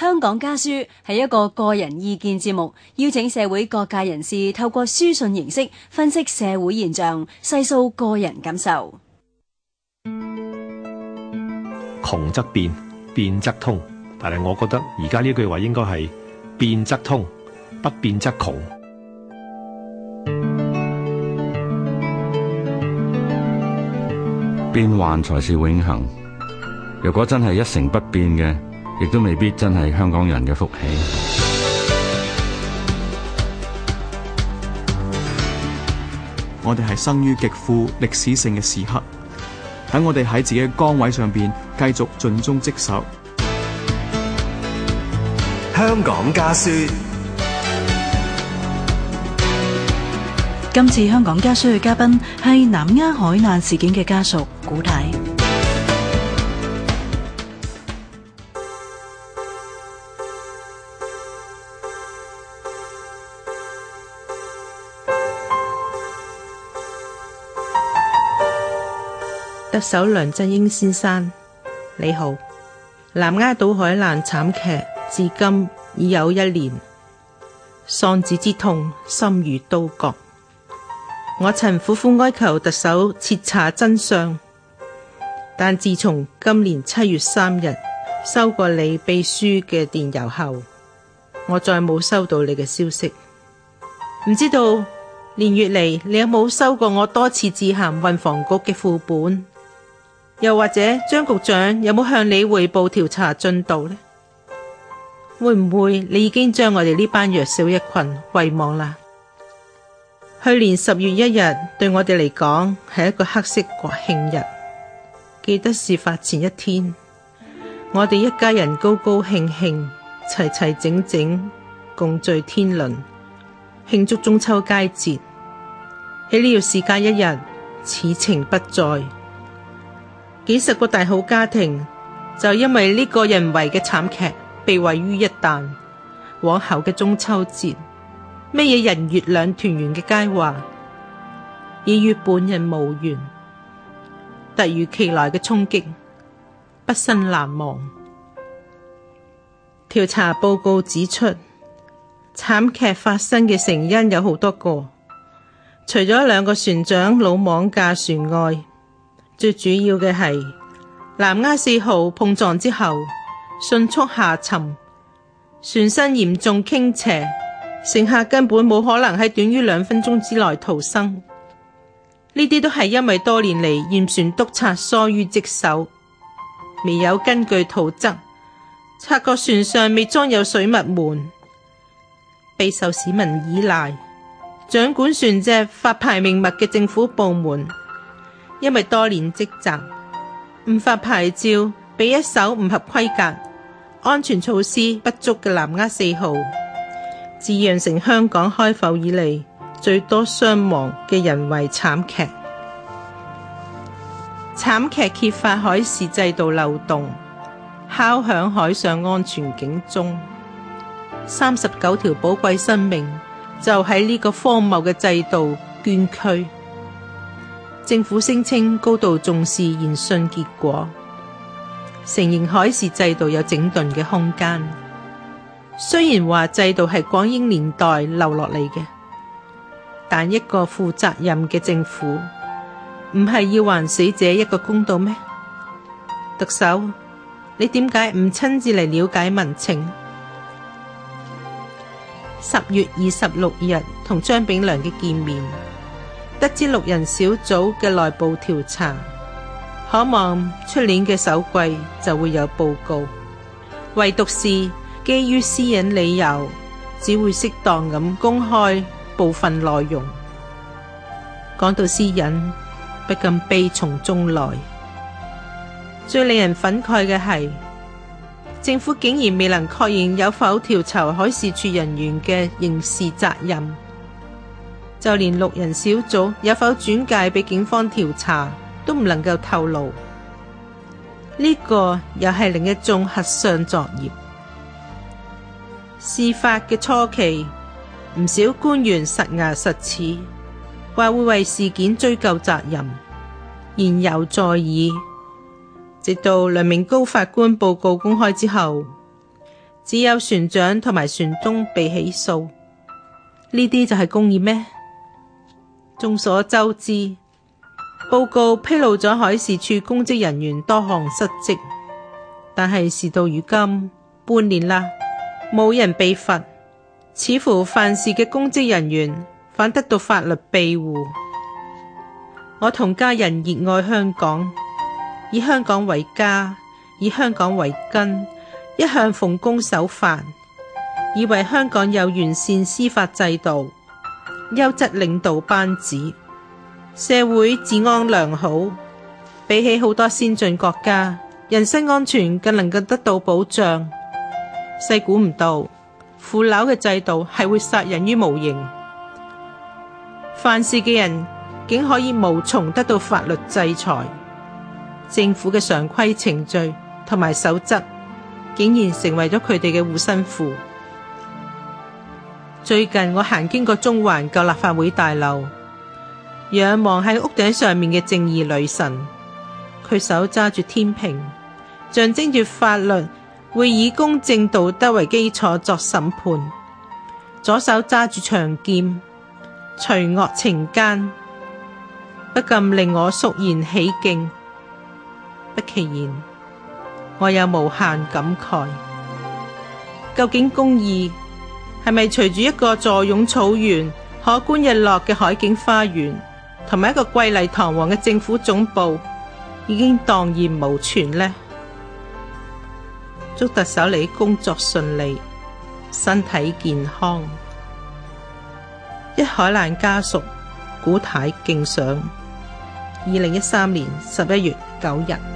香港家書係一個個人意見節目，邀請社會各界人士透過書信形式分析社會現象，細數個人感受。 窮則變，變則通，但係我覺得而家呢句話應該係變則通，不變則窮。 變幻才是永恆。如果真係一成不變嘅，亦都未必真係香港人嘅福氣。 我哋係生於極富歷史性嘅時刻，等我哋喺自己嘅崗位上邊繼續盡忠職守。 香港家書。 今次香港家書嘅嘉賓係南丫海難事件嘅家屬古太。 特首梁振英先生，你好。南丫島海難慘劇至今已有1年，喪子之痛心如刀割。我曾苦苦哀求特首徹查真相，但自從今年7月3日收過你秘書嘅電郵後，我再冇收到你嘅消息。唔知道連月嚟你有冇收過我多次致函運房局嘅副本？又或者張局長有冇向你匯報調查進度呢？會唔會你已經將我哋呢班弱小一群遺忘啦？去年10月1日對我哋嚟講係一個黑色國慶日。記得事發前一天，我哋一家人高高興興、齊齊整整共聚天倫，慶祝中秋佳節。喺呢個事隔1日，此情不再。幾十個大好家庭就因為呢個人為嘅慘劇被毀於一旦。往後嘅中秋節，乜嘢人月兩團圓嘅佳話已與本人無緣。突如其來嘅衝擊，畢生難忘。調查報告指出，慘劇發生嘅成因有好多個，除咗2個船長魯莽駕船外，最主要嘅係南丫4號碰撞之後迅速下沉，船身嚴重傾斜，乘客根本冇可能喺短於2分鐘之內逃生。呢啲都係因為多年嚟驗船督察疏於職守，未有根據圖則察覺船上未裝有水密門，備受市民依賴。掌管船隻發牌命脈嘅政府部門，因為多年積習，唔發牌照俾一艘唔合規格、安全措施不足嘅南丫4號，自釀成香港開埠以嚟最多傷亡嘅人為慘劇。慘劇揭發海事制度漏洞，敲響海上安全警鐘。39條寶貴生命就喺呢個荒謬嘅制度捐軀。政府聲稱高度重視研訊結果，承認海事制度有整頓嘅空間。雖然話制度係港英年代留落嚟嘅，但一個負責任嘅政府唔係要還死者一個公道咩？特首，你點解唔親自嚟了解民情？10月26日同張炳良嘅見面，得知6人小組嘅內部調查，可望出年嘅首季就會有報告。唯獨是基於私隱理由，只會適當咁公開部分內容。講到私隱，不禁悲從中來。最令人憤慨嘅係，政府竟然未能確認有否調查海事處人員嘅刑事責任。就連6人小組有否轉介俾警方調查都唔能夠透露，呢個又係另一種黑箱作業。事發嘅初期，唔少官員實牙實齒，話會為事件追究責任，言猶在耳。直到兩名高法官報告公開之後， 只有船長同埋船東被起訴，呢啲就係公義咩？眾所周知，報告披露咗海事處公職人員多項失職，但係事到如今半年啦，冇人被罰，似乎犯事嘅公職人員反得到法律庇護。我同家人熱愛香港，以香港為家，以香港為根，一向奉公守法，以為香港有完善司法制度、優質領導班子，社會治安良好，比起好多先進國家，人身安全更能夠得到保障。細估唔到腐朽嘅制度係會殺人於無形，犯事嘅人竟可以無從得到法律制裁。政府嘅常規程序同埋守則竟然成為咗佢哋嘅護身符。最近我行經過中環舊立法會大樓，仰望喺屋頂上面嘅正義女神，佢手揸住天平，象徵住法律會以公正道德為基礎作審判，左手揸住長劍，除惡懲奸，不禁令我肅然起敬。不其然，我有無限感慨。究竟公義係咪隨住一個坐擁草原、可觀日落嘅海景花園，同埋一個瑰麗堂皇嘅政府總部，已經蕩然無存呢？祝特首你工作順利，身體健康。一海蘭家屬古太敬上，2013年11月9日。